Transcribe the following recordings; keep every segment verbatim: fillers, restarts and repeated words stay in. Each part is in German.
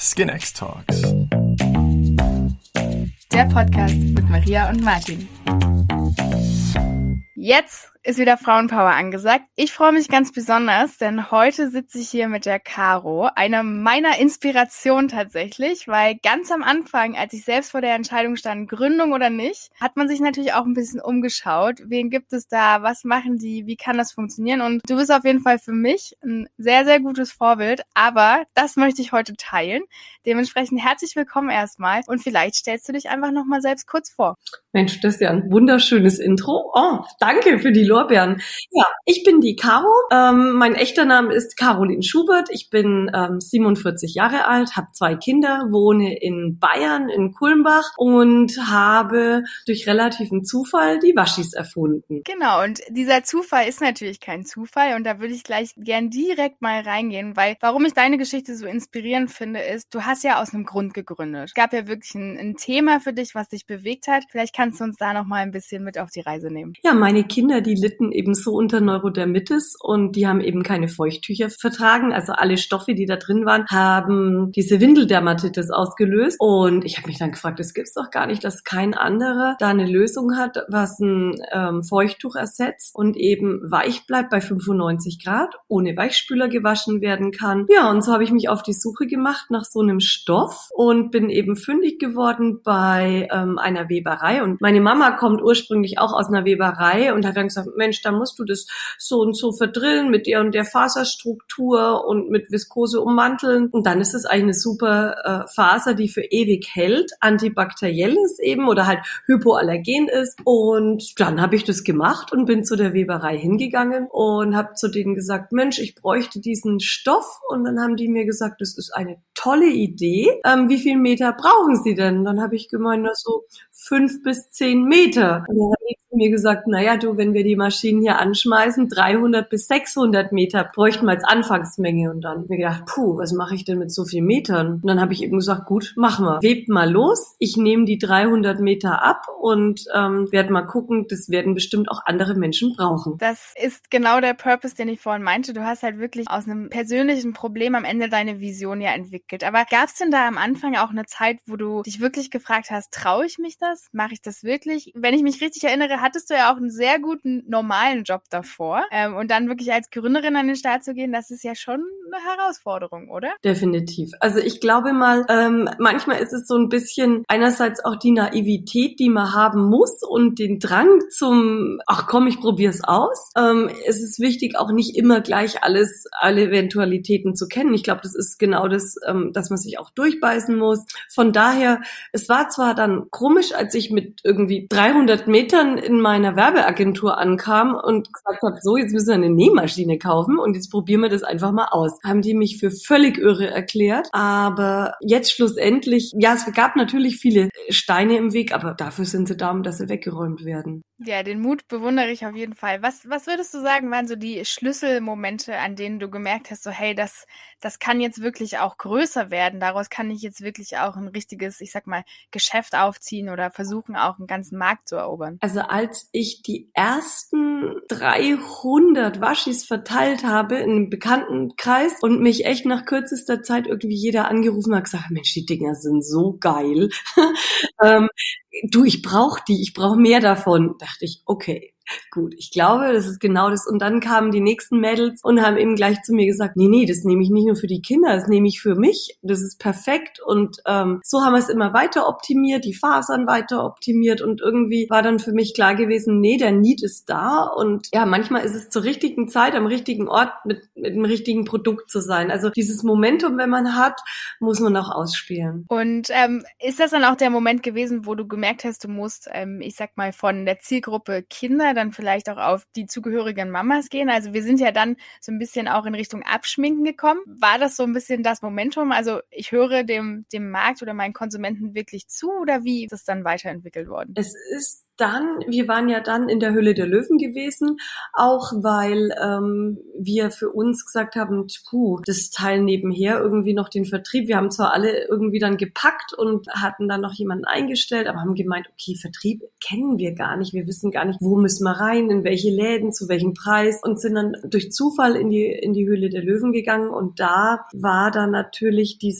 Skinx Talks. Der Podcast mit Maria und Martin. Jetzt ist wieder Frauenpower angesagt. Ich freue mich ganz besonders, denn heute sitze ich hier mit der Caro, einer meiner Inspirationen tatsächlich, weil ganz am Anfang, als ich selbst vor der Entscheidung stand, Gründung oder nicht, hat man sich natürlich auch ein bisschen umgeschaut. Wen gibt es da? Was machen die? Wie kann das funktionieren? Und du bist auf jeden Fall für mich ein sehr, sehr gutes Vorbild, aber das möchte ich heute teilen. Dementsprechend herzlich willkommen erstmal und vielleicht stellst du dich einfach nochmal selbst kurz vor. Mensch, das ist ja ein wunderschönes Intro. Oh, danke für die Lorbeeren. Ja, ich bin die Caro. Ähm, mein echter Name ist Caroline Schubert. Ich bin ähm, siebenundvierzig Jahre alt, habe zwei Kinder, wohne in Bayern, in Kulmbach und habe durch relativen Zufall die Waschis erfunden. Genau, und dieser Zufall ist natürlich kein Zufall und da würde ich gleich gern direkt mal reingehen, weil warum ich deine Geschichte so inspirierend finde, ist, du hast ja aus einem Grund gegründet. Es gab ja wirklich ein, ein Thema für dich, was dich bewegt hat. Vielleicht kannst du uns da noch mal ein bisschen mit auf die Reise nehmen. Ja, meine Kinder, die litten eben so unter Neurodermitis und die haben eben keine Feuchttücher vertragen. Also alle Stoffe, die da drin waren, haben diese Windeldermatitis ausgelöst. Und ich habe mich dann gefragt, das gibt's doch gar nicht, dass kein anderer da eine Lösung hat, was ein ähm, Feuchttuch ersetzt und eben weich bleibt bei fünfundneunzig Grad, ohne Weichspüler gewaschen werden kann. Ja, und so habe ich mich auf die Suche gemacht nach so einem Stoff und bin eben fündig geworden bei ähm, einer Weberei. Und meine Mama kommt ursprünglich auch aus einer Weberei und hat dann gesagt, Mensch, da musst du das so und so verdrillen mit der und der Faserstruktur und mit Viskose ummanteln. Und dann ist es eigentlich eine super äh, Faser, die für ewig hält, antibakteriell ist eben oder halt hypoallergen ist. Und dann habe ich das gemacht und bin zu der Weberei hingegangen und habe zu denen gesagt, Mensch, ich bräuchte diesen Stoff. Und dann haben die mir gesagt, das ist eine tolle Idee. Ähm, wie viel Meter brauchen Sie denn? Dann habe ich gemeint, na so fünf bis zehn Meter. Und dann haben die zu mir gesagt, naja, du, wenn wir die Maschinen hier anschmeißen, dreihundert bis sechshundert Meter bräuchten wir als Anfangsmenge. Und dann habe ich mir gedacht, puh, was mache ich denn mit so vielen Metern? Und dann habe ich eben gesagt, gut, machen wir. Webt mal los. Ich nehme die dreihundert Meter ab und ähm, werde mal gucken, das werden bestimmt auch andere Menschen brauchen. Das ist genau der Purpose, den ich vorhin meinte. Du hast halt wirklich aus einem persönlichen Problem am Ende deine Vision ja entwickelt. Aber gab es denn da am Anfang auch eine Zeit, wo du dich wirklich gefragt hast, traue ich mich das? Mache ich das wirklich? Wenn ich mich richtig erinnere, hattest du ja auch einen sehr guten normalen Job davor. Ähm, und dann wirklich als Gründerin an den Start zu gehen, das ist ja schon eine Herausforderung, oder? Definitiv. Also ich glaube mal, ähm, manchmal ist es so ein bisschen einerseits auch die Naivität, die man haben muss und den Drang zum, ach komm, ich probier's aus. Ähm, es ist wichtig, auch nicht immer gleich alles, alle Eventualitäten zu kennen. Ich glaube, das ist genau das, ähm, dass man sich auch durchbeißen muss. Von daher, es war zwar dann komisch, als ich mit irgendwie dreihundert Metern in meiner Werbeagentur ankam und gesagt habe, so, jetzt müssen wir eine Nähmaschine kaufen und jetzt probieren wir das einfach mal aus. Haben die mich für völlig irre erklärt, aber jetzt schlussendlich, ja, es gab natürlich viele Steine im Weg, aber dafür sind sie da, dass sie weggeräumt werden. Ja, den Mut bewundere ich auf jeden Fall. Was, was würdest du sagen, waren so die Schlüsselmomente, an denen du gemerkt hast, so hey, das, das kann jetzt wirklich auch größer werden, daraus kann ich jetzt wirklich auch ein richtiges, ich sag mal, Geschäft aufziehen oder versuchen, auch einen ganzen Markt zu erobern? Also als ich die ersten dreihundert Waschis verteilt habe in einem Bekanntenkreis und mich echt nach kürzester Zeit irgendwie jeder angerufen hat, gesagt, Mensch, die Dinger sind so geil. ähm, du, ich brauche die, ich brauche mehr davon. Dachte ich, okay, gut, ich glaube, das ist genau das. Und dann kamen die nächsten Mädels und haben eben gleich zu mir gesagt, nee, nee, das nehme ich nicht nur für die Kinder, das nehme ich für mich. Das ist perfekt. Und ähm, so haben wir es immer weiter optimiert, die Fasern weiter optimiert. Und irgendwie war dann für mich klar gewesen, nee, der Need ist da. Und ja, manchmal ist es zur richtigen Zeit, am richtigen Ort mit, mit dem richtigen Produkt zu sein. Also dieses Momentum, wenn man hat, muss man auch ausspielen. Und ähm, ist das dann auch der Moment gewesen, wo du gemerkt hast, du musst, ähm, ich sag mal, von der Zielgruppe Kinder dann vielleicht auch auf die zugehörigen Mamas gehen? Also wir sind ja dann so ein bisschen auch in Richtung Abschminken gekommen. War das so ein bisschen das Momentum? Also ich höre dem, dem Markt oder meinen Konsumenten wirklich zu oder wie ist das dann weiterentwickelt worden? Es ist dann, wir waren ja dann in der Höhle der Löwen gewesen, auch weil ähm, wir für uns gesagt haben, puh, das Teil nebenher irgendwie noch den Vertrieb. Wir haben zwar alle irgendwie dann gepackt und hatten dann noch jemanden eingestellt, aber haben gemeint, okay, Vertrieb kennen wir gar nicht. Wir wissen gar nicht, wo müssen wir rein, in welche Läden, zu welchem Preis und sind dann durch Zufall in die in die Höhle der Löwen gegangen und da war dann natürlich dieser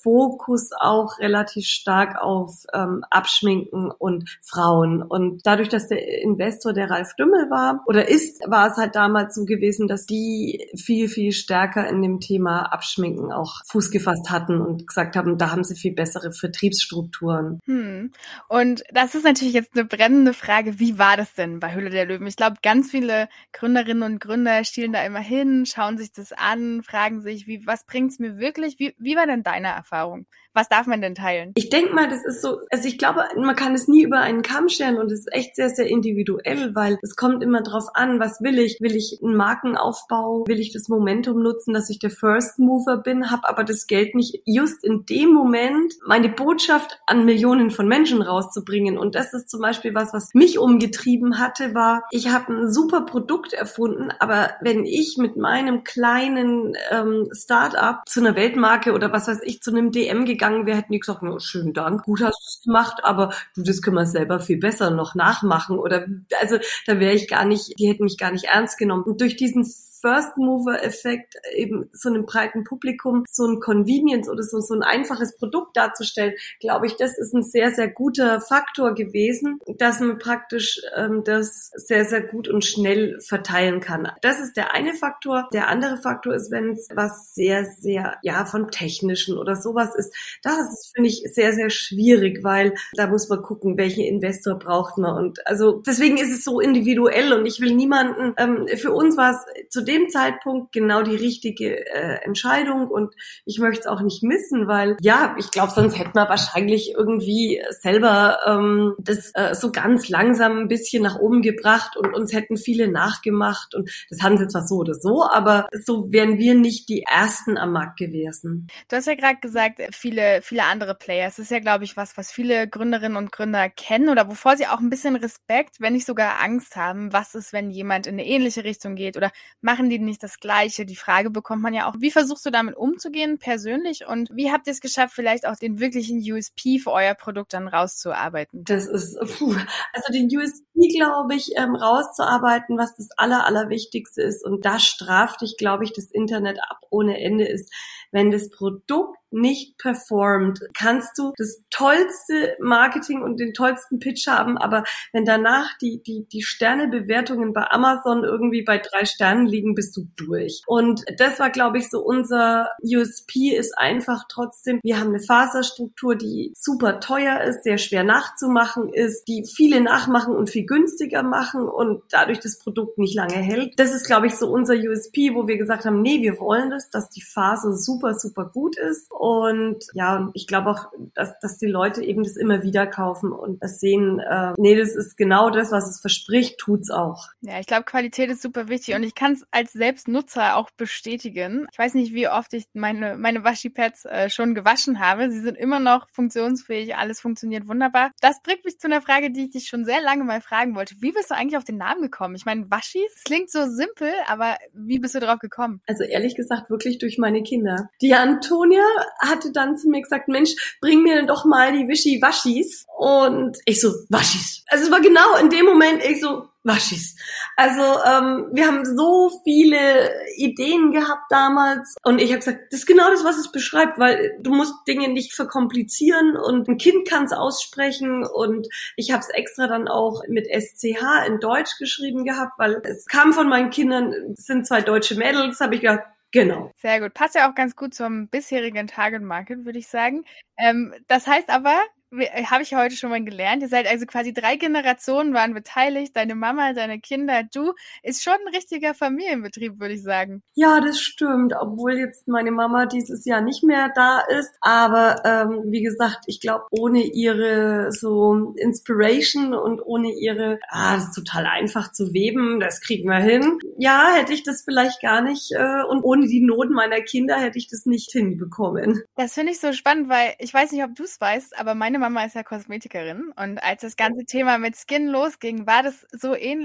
Fokus auch relativ stark auf ähm, Abschminken und Frauen. Und dadurch, dass der Investor der Ralf Dümmel war oder ist, war es halt damals so gewesen, dass die viel, viel stärker in dem Thema Abschminken auch Fuß gefasst hatten und gesagt haben, da haben sie viel bessere Vertriebsstrukturen. Hm. Und das ist natürlich jetzt eine brennende Frage. Wie war das denn bei Höhle der Löwen? Ich glaube, ganz viele Gründerinnen und Gründer stielen da immer hin, schauen sich das an, fragen sich, wie, was bringt's mir wirklich? Wie, wie war denn deine Erfahrung? Was darf man denn teilen? Ich denke mal, das ist so, also ich glaube, man kann es nie über einen Kamm scheren und es ist echt sehr, sehr individuell, weil es kommt immer drauf an, was will ich? Will ich einen Markenaufbau? Will ich das Momentum nutzen, dass ich der First Mover bin, habe aber das Geld nicht just in dem Moment, meine Botschaft an Millionen von Menschen rauszubringen? Und das ist zum Beispiel was, was mich umgetrieben hatte, war, ich habe ein super Produkt erfunden, aber wenn ich mit meinem kleinen ähm, Start-up zu einer Weltmarke oder was weiß ich, zu einem D M gegangen wäre, hätten die gesagt, no, schönen Dank, gut hast du es gemacht, aber du, das können wir selber viel besser noch nachmachen. Oder also da wäre ich gar nicht, die hätten mich gar nicht ernst genommen. Und durch diesen First-Mover-Effekt eben so einem breiten Publikum so ein Convenience oder so, so ein einfaches Produkt darzustellen, glaube ich, das ist ein sehr, sehr guter Faktor gewesen, dass man praktisch ähm, das sehr, sehr gut und schnell verteilen kann. Das ist der eine Faktor. Der andere Faktor ist, wenn es was sehr, sehr, ja, von Technischen oder sowas ist, das ist, finde ich, sehr, sehr schwierig, weil da muss man gucken, welchen Investor braucht man. Und also deswegen ist es so individuell und ich will niemanden, ähm, für uns war es zu dem Zeitpunkt genau die richtige äh, Entscheidung und ich möchte es auch nicht missen, weil ja, ich glaube, sonst hätten wir wahrscheinlich irgendwie selber ähm, das äh, so ganz langsam ein bisschen nach oben gebracht und uns hätten viele nachgemacht und das haben sie zwar so oder so, aber so wären wir nicht die Ersten am Markt gewesen. Du hast ja gerade gesagt, viele, viele andere Player. Es ist ja, glaube ich, was, was viele Gründerinnen und Gründer kennen oder wovor sie auch ein bisschen Respekt, wenn nicht sogar Angst haben. Was ist, wenn jemand in eine ähnliche Richtung geht oder machen die nicht das Gleiche? Die Frage bekommt man ja auch. Wie versuchst du damit umzugehen persönlich und wie habt ihr es geschafft, vielleicht auch den wirklichen U S P für euer Produkt dann rauszuarbeiten? Das ist, puh, also den U S P, glaube ich, ähm, rauszuarbeiten, was das Aller, Allerwichtigste ist und da straft dich, glaube ich, das Internet ab ohne Ende ist, wenn das Produkt nicht performt, kannst du das tollste Marketing und den tollsten Pitch haben, aber wenn danach die die die Sternebewertungen bei Amazon irgendwie bei drei Sternen liegen, bist du durch. Und das war, glaube ich, so unser U S P ist einfach trotzdem, wir haben eine Faserstruktur, die super teuer ist, sehr schwer nachzumachen ist, die viele nachmachen und viel günstiger machen und dadurch das Produkt nicht lange hält. Das ist, glaube ich, so unser U S P, wo wir gesagt haben, nee, wir wollen das, dass die Faser super, super gut ist. Und ja, ich glaube auch, dass, dass die Leute eben das immer wieder kaufen und das sehen, äh, nee, das ist genau das, was es verspricht, tut's auch. Ja, ich glaube, Qualität ist super wichtig und ich kann es als Selbstnutzer auch bestätigen. Ich weiß nicht, wie oft ich meine meine Washi-Pads äh, schon gewaschen habe. Sie sind immer noch funktionsfähig, alles funktioniert wunderbar. Das bringt mich zu einer Frage, die ich dich schon sehr lange mal fragen wollte. Wie bist du eigentlich auf den Namen gekommen? Ich meine, Waschis, es klingt so simpel, aber wie bist du drauf gekommen? Also ehrlich gesagt, wirklich durch meine Kinder. Die Antonia hatte dann zu mir gesagt, Mensch, bring mir doch mal die Wischi-Waschis. Und ich so, Waschis. Also es war genau in dem Moment, ich so, Waschis. Also ähm, wir haben so viele Ideen gehabt damals und ich habe gesagt, das ist genau das, was es beschreibt, weil du musst Dinge nicht verkomplizieren und ein Kind kann es aussprechen und ich habe es extra dann auch mit S C H in Deutsch geschrieben gehabt, weil es kam von meinen Kindern, es sind zwei deutsche Mädels, habe ich gedacht, genau. Sehr gut. Passt ja auch ganz gut zum bisherigen Target Market, würde ich sagen. Ähm, das heißt aber, habe ich heute schon mal gelernt, ihr seid also quasi drei Generationen waren beteiligt, deine Mama, deine Kinder, du, ist schon ein richtiger Familienbetrieb, würde ich sagen. Ja, das stimmt, obwohl jetzt meine Mama dieses Jahr nicht mehr da ist, aber ähm, wie gesagt, ich glaube, ohne ihre so Inspiration und ohne ihre, ah, das ist total einfach zu weben, das kriegen wir hin. Ja, hätte ich das vielleicht gar nicht äh, und ohne die Not meiner Kinder hätte ich das nicht hinbekommen. Das finde ich so spannend, weil ich weiß nicht, ob du es weißt, aber meine Mama ist ja Kosmetikerin und als das ganze Thema mit Skin losging, war das so ähnlich. Ich habe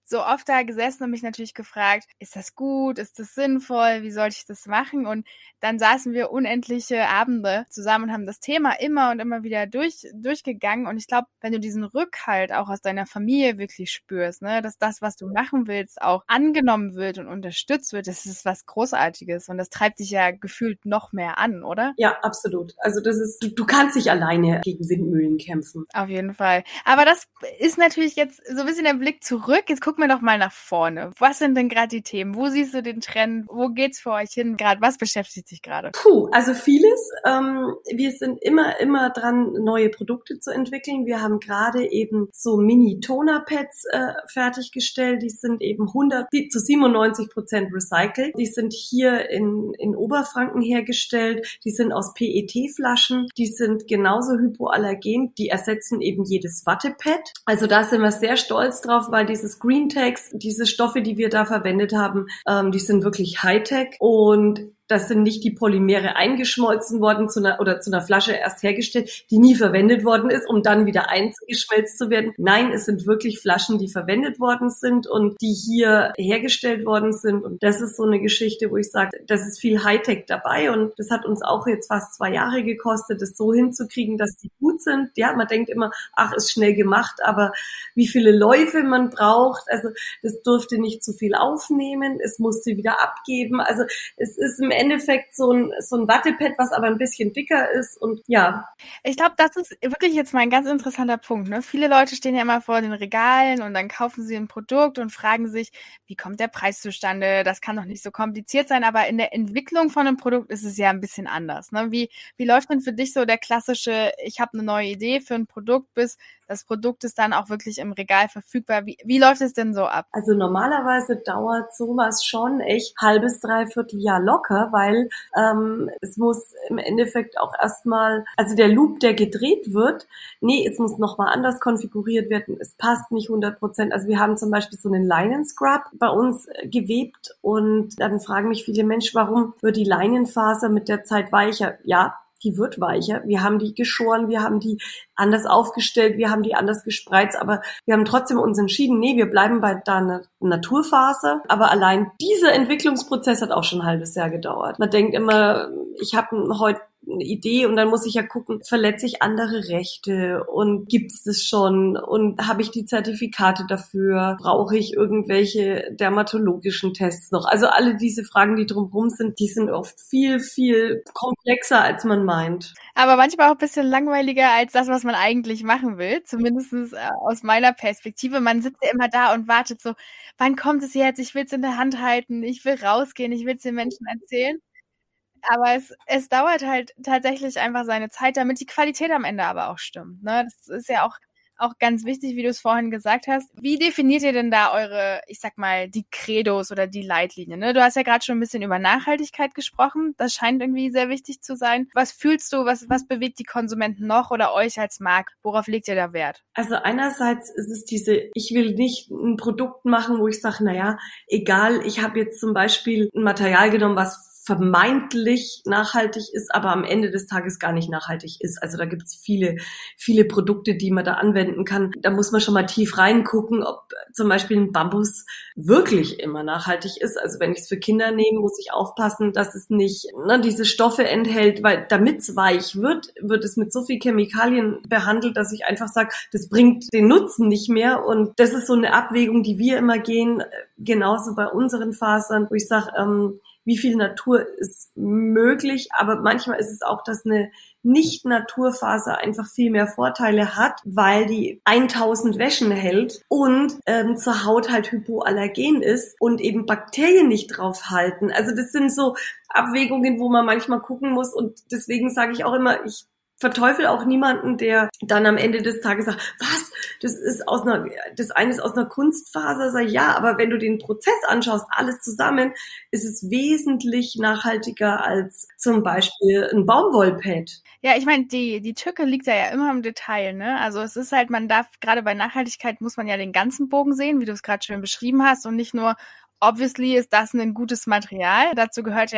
so oft da gesessen und mich natürlich gefragt, ist das gut, ist das sinnvoll, wie sollte ich das machen? Und dann saßen wir unendliche Abende zusammen und haben das Thema immer und immer wieder durch, durchgegangen. Und ich glaube, wenn du diesen Rückhalt auch aus deiner Familie wirklich spürst, ne, dass das, was du machen willst, auch angenommen wird und unterstützt wird, das ist was Großartiges. Und das treibt dich ja gefühlt noch mehr an, oder? Ja, absolut. Also das ist, du, du kannst nicht alleine gegen Windmühlen kämpfen. Auf jeden Fall. Aber das ist natürlich jetzt so ein bisschen der Blick zurück. Jetzt gucken wir doch mal nach vorne. Was sind denn gerade die Themen? Wo siehst du den Trend? Wo geht's für euch hin gerade? Was beschäftigt dich gerade? Puh, also vieles. Ähm, wir sind immer, immer dran, neue Produkte zu entwickeln. Wir haben gerade eben so Mini-Toner-Pads äh, fertiggestellt. Die sind eben hundert, die zu siebenundneunzig Prozent recycelt. Die sind hier in, in Oberfranken hergestellt. Die sind aus P E T-Flaschen. Die sind genauso hypoallergen. Die ersetzen eben jedes Wattepad. Also da sind wir sehr stolz drauf, weil dieses Green Text, diese Stoffe, die wir da verwendet haben, ähm, die sind wirklich Hightech und das sind nicht die Polymere eingeschmolzen worden zu einer, oder zu einer Flasche erst hergestellt, die nie verwendet worden ist, um dann wieder eingeschmelzt zu werden. Nein, es sind wirklich Flaschen, die verwendet worden sind und die hier hergestellt worden sind. Und das ist so eine Geschichte, wo ich sage, das ist viel Hightech dabei. Und das hat uns auch jetzt fast zwei Jahre gekostet, das so hinzukriegen, dass die gut sind. Ja, man denkt immer, ach, ist schnell gemacht, aber wie viele Läufe man braucht, also das durfte nicht zu viel aufnehmen, es musste wieder abgeben. Also es ist im Endeffekt so ein, so ein Wattepad, was aber ein bisschen dicker ist und ja. Ich glaube, das ist wirklich jetzt mal ein ganz interessanter Punkt. Ne? Viele Leute stehen ja immer vor den Regalen und dann kaufen sie ein Produkt und fragen sich, wie kommt der Preis zustande? Das kann doch nicht so kompliziert sein, aber in der Entwicklung von einem Produkt ist es ja ein bisschen anders. Ne? Wie, wie läuft denn für dich so der klassische, ich habe eine neue Idee für ein Produkt, bis das Produkt ist dann auch wirklich im Regal verfügbar? Wie, wie läuft es denn so ab? Also normalerweise dauert sowas schon echt halbes, dreiviertel Jahr locker, weil ähm, es muss im Endeffekt auch erstmal, also der Loop, der gedreht wird, nee, es muss nochmal anders konfiguriert werden, es passt nicht hundert Prozent. Also wir haben zum Beispiel so einen Leinenscrub bei uns gewebt und dann fragen mich viele Menschen, warum wird die Leinenfaser mit der Zeit weicher? Ja, die wird weicher. Wir haben die geschoren, wir haben die anders aufgestellt, wir haben die anders gespreizt, aber wir haben trotzdem uns entschieden, nee, wir bleiben bei der Naturfaser. Aber allein dieser Entwicklungsprozess hat auch schon ein halbes Jahr gedauert. Man denkt immer, ich habe heute eine Idee und dann muss ich ja gucken, verletze ich andere Rechte und gibt's das schon und habe ich die Zertifikate dafür, brauche ich irgendwelche dermatologischen Tests noch? Also alle diese Fragen, die drumherum sind, die sind oft viel, viel komplexer, als man meint. Aber manchmal auch ein bisschen langweiliger als das, was man eigentlich machen will, zumindest aus meiner Perspektive. Man sitzt ja immer da und wartet so, wann kommt es jetzt? Ich will es in der Hand halten, ich will rausgehen, ich will es den Menschen erzählen. Aber es, es dauert halt tatsächlich einfach seine Zeit, damit die Qualität am Ende aber auch stimmt. Ne? Das ist ja auch, auch ganz wichtig, wie du es vorhin gesagt hast. Wie definiert ihr denn da eure, ich sag mal, die Credos oder die Leitlinien? Ne? Du hast ja gerade schon ein bisschen über Nachhaltigkeit gesprochen. Das scheint irgendwie sehr wichtig zu sein. Was fühlst du, was, was bewegt die Konsumenten noch oder euch als Marke? Worauf legt ihr da Wert? Also einerseits ist es diese, ich will nicht ein Produkt machen, wo ich sage, naja, egal, ich habe jetzt zum Beispiel ein Material genommen, was vermeintlich nachhaltig ist, aber am Ende des Tages gar nicht nachhaltig ist. Also da gibt's viele, viele Produkte, die man da anwenden kann. Da muss man schon mal tief reingucken, ob zum Beispiel ein Bambus wirklich immer nachhaltig ist. Also wenn ich es für Kinder nehme, muss ich aufpassen, dass es nicht ne, diese Stoffe enthält, weil damit es weich wird, wird es mit so viel Chemikalien behandelt, dass ich einfach sage, das bringt den Nutzen nicht mehr. Und das ist so eine Abwägung, die wir immer gehen, genauso bei unseren Fasern, wo ich sage, ähm, wie viel Natur ist möglich, aber manchmal ist es auch, dass eine Nicht-Naturfaser einfach viel mehr Vorteile hat, weil die tausend Wäschen hält und ähm, zur Haut halt hypoallergen ist und eben Bakterien nicht draufhalten. Also das sind so Abwägungen, wo man manchmal gucken muss und deswegen sage ich auch immer, ich verteufel auch niemanden, der dann am Ende des Tages sagt, was, das ist aus einer, das eine ist aus einer Kunstfaser, sag ich, ja, aber wenn du den Prozess anschaust, alles zusammen, ist es wesentlich nachhaltiger als zum Beispiel ein Baumwollpad. Ja, ich meine, die, die Tücke liegt da ja immer im Detail, ne? Also es ist halt, man darf, gerade bei Nachhaltigkeit muss man ja den ganzen Bogen sehen, wie du es gerade schön beschrieben hast und nicht nur, obviously ist das ein gutes Material. Dazu gehört ja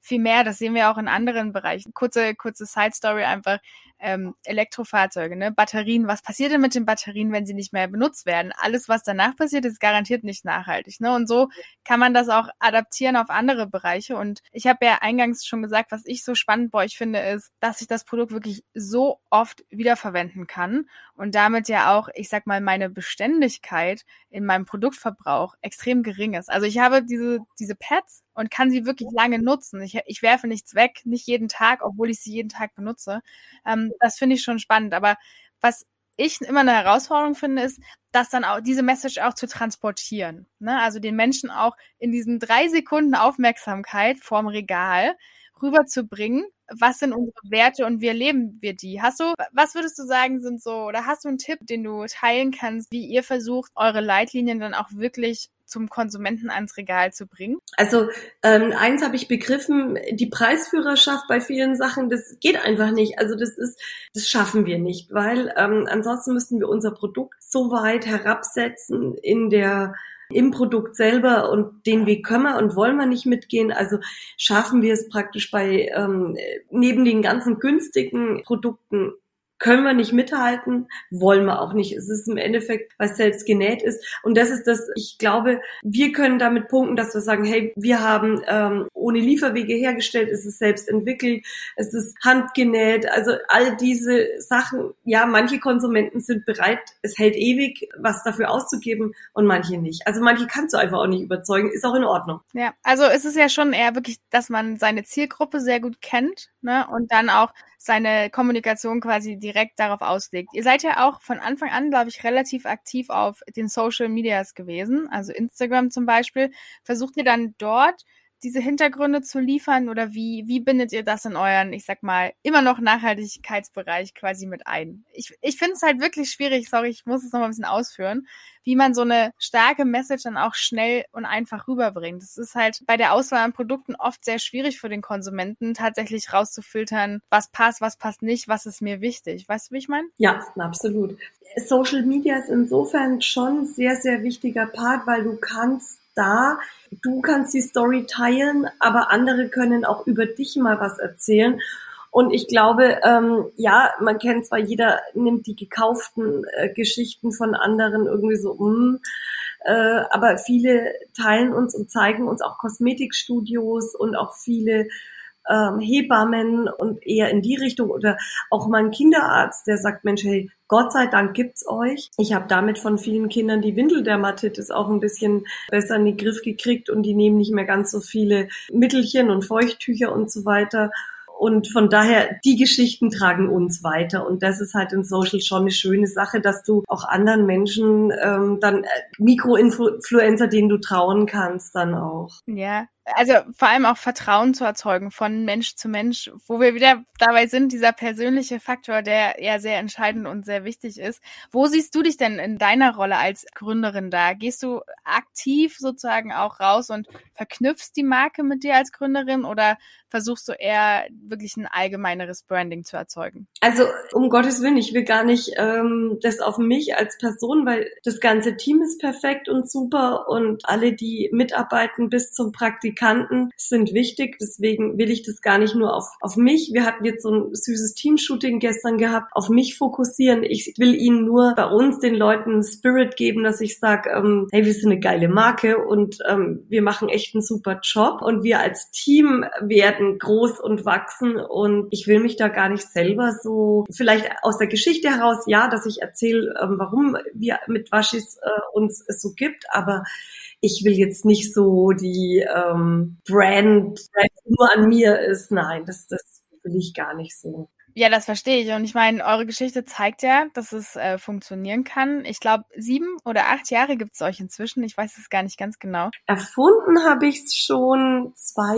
viel mehr. Das sehen wir auch in anderen Bereichen. Kurze, kurze Side-Story einfach. Ähm, Elektrofahrzeuge, ne? Batterien. Was passiert denn mit den Batterien, wenn sie nicht mehr benutzt werden? Alles, was danach passiert, ist garantiert nicht nachhaltig, ne? Und so kann man das auch adaptieren auf andere Bereiche. Und ich habe ja eingangs schon gesagt, was ich so spannend bei euch finde, ist, dass ich das Produkt wirklich so oft wiederverwenden kann und damit ja auch, ich sag mal, meine Beständigkeit in meinem Produktverbrauch extrem gering ist. Also ich habe diese diese Pads und kann sie wirklich lange nutzen. Ich, ich werfe nichts weg, nicht jeden Tag, obwohl ich sie jeden Tag benutze. Ähm, das finde ich schon spannend. Aber was ich immer eine Herausforderung finde, ist, das dann auch, diese Message auch zu transportieren. Ne? Also den Menschen auch in diesen drei Sekunden Aufmerksamkeit vorm Regal rüberzubringen, was sind unsere Werte und wie erleben wir die? Hast du, was würdest du sagen, sind so, oder hast du einen Tipp, den du teilen kannst, wie ihr versucht, eure Leitlinien dann auch wirklich zum Konsumenten ans Regal zu bringen? Also ähm, eins habe ich begriffen, die Preisführerschaft bei vielen Sachen, das geht einfach nicht. Also das ist, das schaffen wir nicht, weil ähm, ansonsten müssten wir unser Produkt so weit herabsetzen in der im Produkt selber, und den Weg können wir und wollen wir nicht mitgehen. Also schaffen wir es praktisch bei ähm, neben den ganzen günstigen Produkten können wir nicht mithalten, wollen wir auch nicht. Es ist im Endeffekt, was selbst genäht ist. Und das ist das, ich glaube, wir können damit punkten, dass wir sagen, hey, wir haben ähm, ohne Lieferwege hergestellt, es ist selbst entwickelt, es ist handgenäht. Also all diese Sachen, ja, manche Konsumenten sind bereit, es hält ewig, was dafür auszugeben, und manche nicht. Also manche kannst du einfach auch nicht überzeugen, ist auch in Ordnung. Ja, also es ist ja schon eher wirklich, dass man seine Zielgruppe sehr gut kennt, ne, und dann auch seine Kommunikation quasi direkt darauf auslegt. Ihr seid ja auch von Anfang an, glaube ich, relativ aktiv auf den Social Medias gewesen, also Instagram zum Beispiel. Versucht ihr dann dort diese Hintergründe zu liefern, oder wie wie bindet ihr das in euren, ich sag mal, immer noch Nachhaltigkeitsbereich quasi mit ein? Ich ich finde es halt wirklich schwierig, sorry, ich muss es noch mal ein bisschen ausführen, wie man so eine starke Message dann auch schnell und einfach rüberbringt. Es ist halt bei der Auswahl an Produkten oft sehr schwierig für den Konsumenten, tatsächlich rauszufiltern, was passt, was passt nicht, was ist mir wichtig. Weißt du, wie ich meine? Ja, absolut. Social Media ist insofern schon ein sehr, sehr wichtiger Part, weil du kannst da, du kannst die Story teilen, aber andere können auch über dich mal was erzählen. Und ich glaube, ähm, ja, man kennt zwar, jeder nimmt die gekauften äh, Geschichten von anderen irgendwie so um, äh, aber viele teilen uns und zeigen uns auch Kosmetikstudios und auch viele ähm, Hebammen und eher in die Richtung, oder auch mal ein Kinderarzt, der sagt, Mensch, hey, Gott sei Dank gibt's euch. Ich habe damit von vielen Kindern die Windeldermatitis auch ein bisschen besser in den Griff gekriegt, und die nehmen nicht mehr ganz so viele Mittelchen und Feuchttücher und so weiter. Und von daher, die Geschichten tragen uns weiter. Und das ist halt in Social schon eine schöne Sache, dass du auch anderen Menschen ähm, dann äh, Mikroinfluencer, denen du trauen kannst, dann auch. Ja, also vor allem auch Vertrauen zu erzeugen von Mensch zu Mensch, wo wir wieder dabei sind, dieser persönliche Faktor, der ja sehr entscheidend und sehr wichtig ist. Wo siehst du dich denn in deiner Rolle als Gründerin da? Gehst du aktiv sozusagen auch raus und verknüpfst die Marke mit dir als Gründerin, oder versuchst du eher wirklich ein allgemeineres Branding zu erzeugen? Also um Gottes Willen, ich will gar nicht ähm, das auf mich als Person, weil das ganze Team ist perfekt und super, und alle, die mitarbeiten bis zum Praktikanten, sind wichtig. Deswegen will ich das gar nicht nur auf auf mich. Wir hatten jetzt so ein süßes Teamshooting gestern gehabt, auf mich fokussieren. Ich will ihnen nur bei uns, den Leuten, einen Spirit geben, dass ich sage, ähm, hey, wir sind eine geile Marke, und ähm, wir machen echt einen super Job, und wir als Team werden groß und wachsen, und ich will mich da gar nicht selber so, vielleicht aus der Geschichte heraus, ja, dass ich erzähle, ähm, warum wir mit Waschis äh, uns es so gibt, aber ich will jetzt nicht so die ähm, Brand, die nur an mir ist. Nein, das, das will ich gar nicht so. Ja, das verstehe ich. Und ich meine, eure Geschichte zeigt ja, dass es äh, funktionieren kann. Ich glaube, sieben oder acht Jahre gibt es euch inzwischen. Ich weiß es gar nicht ganz genau. Erfunden habe ich es schon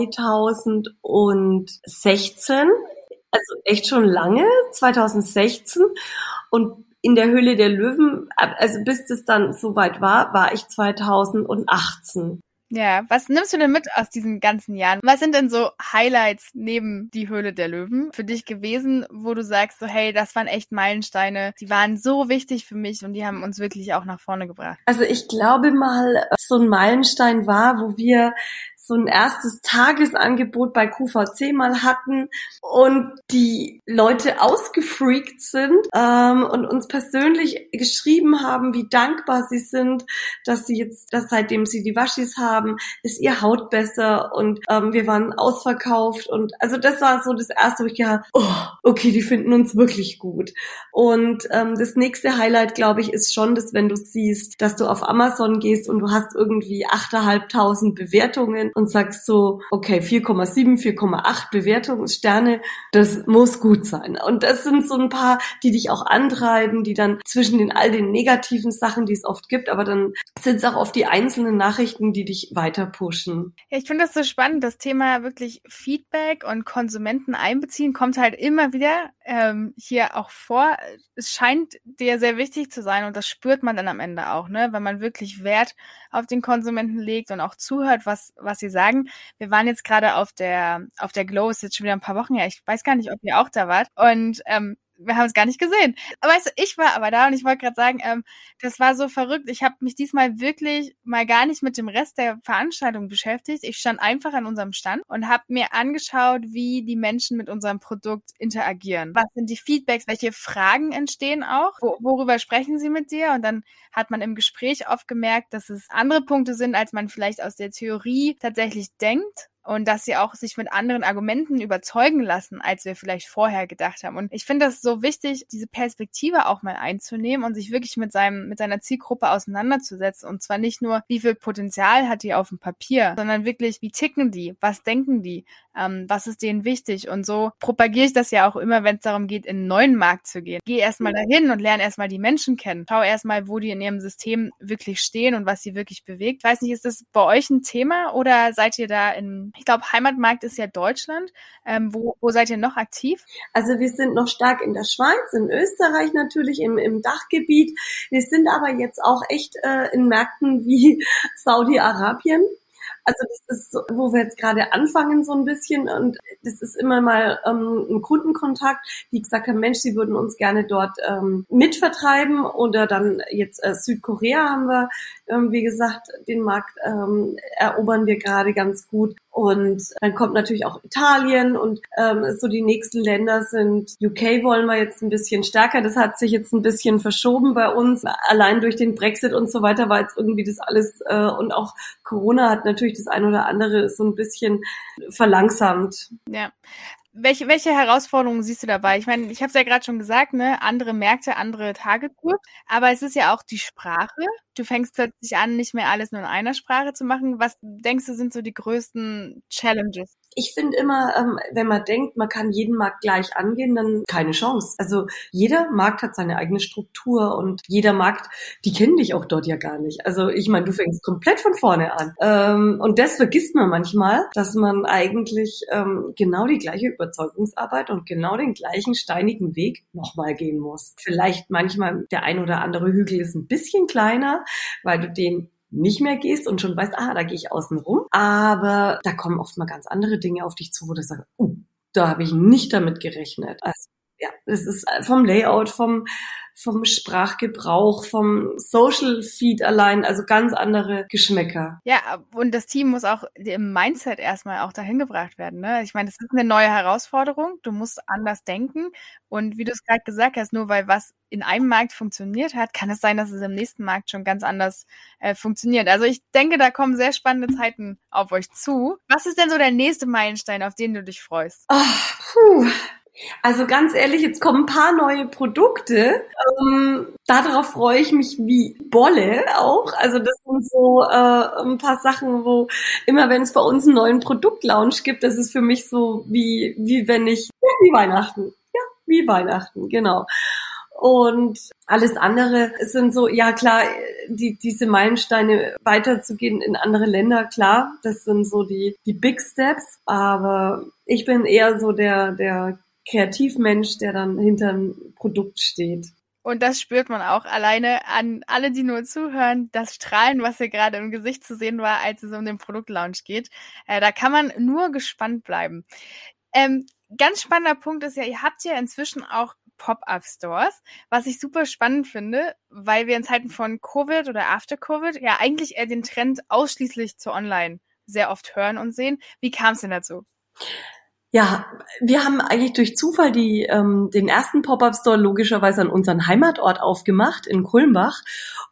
zweitausendsechzehn. Also echt schon lange, zweitausendsechzehn. Und in der Höhle der Löwen, also bis das dann soweit war, war ich zweitausendachtzehn. Ja, was nimmst du denn mit aus diesen ganzen Jahren? Was sind denn so Highlights neben die Höhle der Löwen für dich gewesen, wo du sagst, so hey, das waren echt Meilensteine, die waren so wichtig für mich und die haben uns wirklich auch nach vorne gebracht? Also ich glaube mal, so ein Meilenstein war, wo wir so ein erstes Tagesangebot bei Q V C mal hatten und die Leute ausgefreakt sind ähm, und uns persönlich geschrieben haben, wie dankbar sie sind, dass sie jetzt, dass seitdem sie die Waschis haben, ist ihr Haut besser und ähm, wir waren ausverkauft und also das war so das erste, wo ich gedacht, oh, okay, die finden uns wirklich gut. Und ähm, das nächste Highlight, glaube ich, ist schon, dass wenn du siehst, dass du auf Amazon gehst und du hast irgendwie achttausendfünfhundert Bewertungen und sagst so, okay, vier Komma sieben, vier Komma acht Bewertungssterne, das muss gut sein. Und das sind so ein paar, die dich auch antreiben, die dann zwischen den all den negativen Sachen, die es oft gibt, aber dann sind es auch oft die einzelnen Nachrichten, die dich weiter pushen. Ja, ich finde das so spannend, das Thema wirklich Feedback und Konsumenten einbeziehen kommt halt immer wieder ähm, hier auch vor. Es scheint dir sehr wichtig zu sein und das spürt man dann am Ende auch, ne, wenn man wirklich Wert auf den Konsumenten legt und auch zuhört, was was sie sagen. Wir waren jetzt gerade auf der auf der Glow, ist jetzt schon wieder ein paar Wochen her. Ich weiß gar nicht, ob ihr auch da wart und ähm, wir haben es gar nicht gesehen. Aber weißt du, ich war aber da und ich wollte gerade sagen, ähm, das war so verrückt. Ich habe mich diesmal wirklich mal gar nicht mit dem Rest der Veranstaltung beschäftigt. Ich stand einfach an unserem Stand und habe mir angeschaut, wie die Menschen mit unserem Produkt interagieren. Was sind die Feedbacks? Welche Fragen entstehen auch? Wo, worüber sprechen sie mit dir? Und dann hat man im Gespräch oft gemerkt, dass es andere Punkte sind, als man vielleicht aus der Theorie tatsächlich denkt. Und dass sie auch sich mit anderen Argumenten überzeugen lassen, als wir vielleicht vorher gedacht haben. Und ich finde das so wichtig, diese Perspektive auch mal einzunehmen und sich wirklich mit seinem, mit seiner Zielgruppe auseinanderzusetzen. Und zwar nicht nur, wie viel Potenzial hat die auf dem Papier, sondern wirklich, wie ticken die? Was denken die? Ähm, was ist denen wichtig? Und so propagiere ich das ja auch immer, wenn es darum geht, in einen neuen Markt zu gehen. Geh erstmal dahin und lerne erstmal die Menschen kennen. Schau erstmal, wo die in ihrem System wirklich stehen und was sie wirklich bewegt. Ich weiß nicht, ist das bei euch ein Thema oder seid ihr da in, ich glaube, Heimatmarkt ist ja Deutschland. Ähm, wo, wo seid ihr noch aktiv? Also wir sind noch stark in der Schweiz, in Österreich natürlich, im, im Dachgebiet. Wir sind aber jetzt auch echt äh, in Märkten wie Saudi-Arabien. Also das ist so, wo wir jetzt gerade anfangen so ein bisschen und das ist immer mal ähm, ein Kundenkontakt, die gesagt haben, Mensch, sie würden uns gerne dort ähm, mitvertreiben oder dann jetzt äh, Südkorea haben wir, ähm, wie gesagt, den Markt ähm, erobern wir gerade ganz gut. Und dann kommt natürlich auch Italien und ähm, so die nächsten Länder sind U K wollen wir jetzt ein bisschen stärker. Das hat sich jetzt ein bisschen verschoben bei uns. Allein durch den Brexit und so weiter war jetzt irgendwie das alles äh, und auch Corona hat natürlich das ein oder andere so ein bisschen verlangsamt. Ja. Welche, welche Herausforderungen siehst du dabei? Ich meine, ich habe es ja gerade schon gesagt, ne, andere Märkte, andere Target Group, aber es ist ja auch die Sprache. Du fängst plötzlich an, nicht mehr alles nur in einer Sprache zu machen. Was denkst du, sind so die größten Challenges? Ich finde immer, ähm, wenn man denkt, man kann jeden Markt gleich angehen, dann keine Chance. Also jeder Markt hat seine eigene Struktur und jeder Markt, die kennen dich auch dort ja gar nicht. Also ich meine, du fängst komplett von vorne an. Ähm, und das vergisst man manchmal, dass man eigentlich ähm, genau die gleiche Überzeugungsarbeit und genau den gleichen steinigen Weg nochmal gehen muss. Vielleicht manchmal der ein oder andere Hügel ist ein bisschen kleiner, weil du den nicht mehr gehst und schon weißt, ah, da gehe ich außen rum. Aber da kommen oft mal ganz andere Dinge auf dich zu, wo du sagst, uh, da habe ich nicht damit gerechnet. Also ja, es ist vom Layout, vom vom Sprachgebrauch, vom Social Feed allein, also ganz andere Geschmäcker. Ja, und das Team muss auch im Mindset erstmal auch dahin gebracht werden, ne? Ich meine, das ist eine neue Herausforderung. Du musst anders denken. Und wie du es gerade gesagt hast, nur weil was in einem Markt funktioniert hat, kann es sein, dass es im nächsten Markt schon ganz anders äh, funktioniert. Also ich denke, da kommen sehr spannende Zeiten auf euch zu. Was ist denn so der nächste Meilenstein, auf den du dich freust? Ach, puh. Also ganz ehrlich, jetzt kommen ein paar neue Produkte. Ähm, darauf freue ich mich wie Bolle auch. Also das sind so äh, ein paar Sachen, wo immer wenn es bei uns einen neuen Produktlaunch gibt, das ist für mich so wie wie wenn ich ja, wie Weihnachten. Ja, wie Weihnachten, genau. Und alles andere sind so, ja klar, die, diese Meilensteine weiterzugehen in andere Länder, klar, das sind so die die Big Steps. Aber ich bin eher so der der Kreativmensch, der dann hinter einem Produkt steht. Und das spürt man auch alleine an alle, die nur zuhören, das Strahlen, was hier gerade im Gesicht zu sehen war, als es um den Produktlaunch geht. Äh, da kann man nur gespannt bleiben. Ähm, ganz spannender Punkt ist ja, ihr habt ja inzwischen auch Pop-up-Stores, was ich super spannend finde, weil wir in Zeiten von Covid oder After Covid ja eigentlich eher den Trend ausschließlich zu Online sehr oft hören und sehen. Wie kam es denn dazu? Ja, wir haben eigentlich durch Zufall die, ähm, den ersten Pop-up-Store logischerweise an unseren Heimatort aufgemacht, in Kulmbach.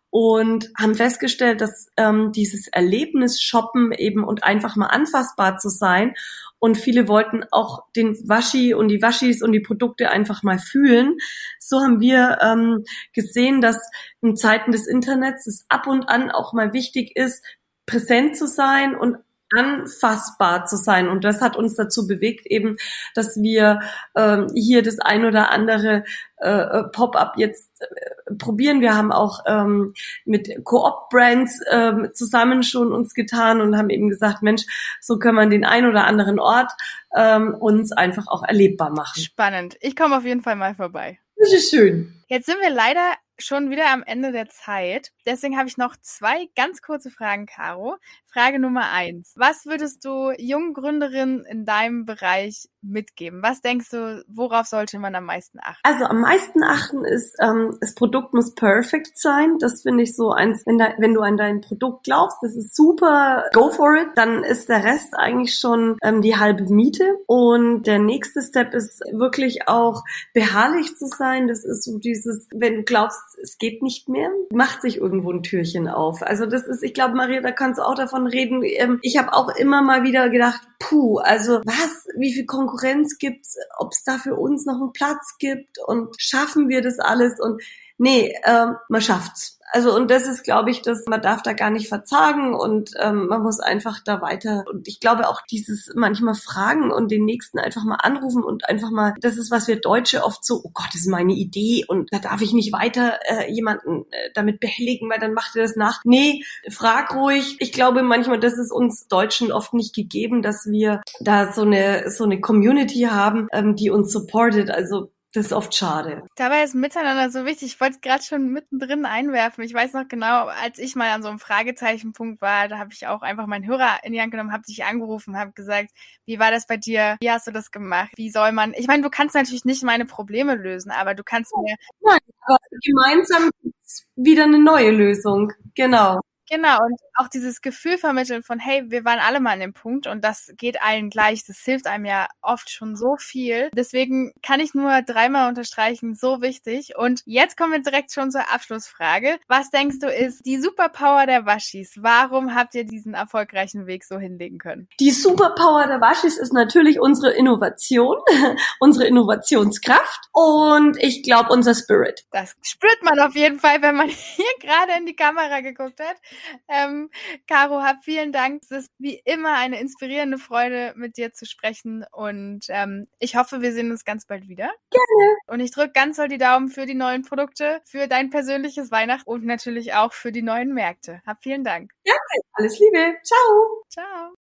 Und haben festgestellt, dass ähm, dieses Erlebnis Shoppen eben und einfach mal anfassbar zu sein. Und viele wollten auch den Waschi und die Waschis und die Produkte einfach mal fühlen. So haben wir ähm, gesehen, dass in Zeiten des Internets es ab und an auch mal wichtig ist, präsent zu sein und anfassbar zu sein. Und das hat uns dazu bewegt, eben, dass wir ähm, hier das ein oder andere äh, Pop-up jetzt äh, probieren. Wir haben auch ähm, mit Coop-Brands ähm, zusammen schon uns getan und haben eben gesagt, Mensch, so können wir den ein oder anderen Ort ähm, uns einfach auch erlebbar machen. Spannend. Ich komme auf jeden Fall mal vorbei. Das ist schön. Jetzt sind wir leider schon wieder am Ende der Zeit. Deswegen habe ich noch zwei ganz kurze Fragen, Caro. Frage Nummer eins. Was würdest du jungen Gründerinnen in deinem Bereich mitgeben? Was denkst du, worauf sollte man am meisten achten? Also am meisten achten ist, ähm, das Produkt muss perfekt sein. Das finde ich so eins, wenn, da, wenn du an dein Produkt glaubst, das ist super, go for it, dann ist der Rest eigentlich schon ähm, die halbe Miete. Und der nächste Step ist wirklich auch beharrlich zu sein. Das ist so dieses, wenn du glaubst, es geht nicht mehr, macht sich irgendwo ein Türchen auf. Also das ist, ich glaube, Maria, da kannst du auch davon reden. Ich habe auch immer mal wieder gedacht, puh, also was, wie viel Konkurrenz gibt's, ob es da für uns noch einen Platz gibt und schaffen wir das alles? Und nee, ähm, man schafft's. Also und das ist, glaube ich, dass man darf da gar nicht verzagen und ähm, man muss einfach da weiter. Und ich glaube auch dieses manchmal fragen und den Nächsten einfach mal anrufen und einfach mal, das ist, was wir Deutsche oft so, oh Gott, das ist meine Idee und da darf ich nicht weiter äh, jemanden äh, damit behelligen, weil dann macht er das nach. Nee, frag ruhig. Ich glaube manchmal, das ist uns Deutschen oft nicht gegeben, dass wir da so eine so eine Community haben, ähm, die uns supportet. Also das ist oft schade. Dabei ist Miteinander so wichtig. Ich wollte es gerade schon mittendrin einwerfen. Ich weiß noch genau, als ich mal an so einem Fragezeichenpunkt war, da habe ich auch einfach meinen Hörer in die Hand genommen, habe dich angerufen, habe gesagt, wie war das bei dir? Wie hast du das gemacht? Wie soll man... Ich meine, du kannst natürlich nicht meine Probleme lösen, aber du kannst mir... Nein, aber gemeinsam gibt's wieder eine neue Lösung. Genau. Genau, und auch dieses Gefühl vermitteln von, hey, wir waren alle mal an dem Punkt und das geht allen gleich. Das hilft einem ja oft schon so viel. Deswegen kann ich nur dreimal unterstreichen, so wichtig. Und jetzt kommen wir direkt schon zur Abschlussfrage. Was denkst du ist die Superpower der Waschis? Warum habt ihr diesen erfolgreichen Weg so hinlegen können? Die Superpower der Waschis ist natürlich unsere Innovation, unsere Innovationskraft und ich glaube unser Spirit. Das spürt man auf jeden Fall, wenn man hier gerade in die Kamera geguckt hat. Ähm, Caro, hab vielen Dank. Es ist wie immer eine inspirierende Freude, mit dir zu sprechen und ähm, ich hoffe, wir sehen uns ganz bald wieder. Gerne. Und ich drücke ganz doll die Daumen für die neuen Produkte, für dein persönliches Weihnachten und natürlich auch für die neuen Märkte. Hab vielen Dank. Danke. Alles Liebe. Ciao. Ciao.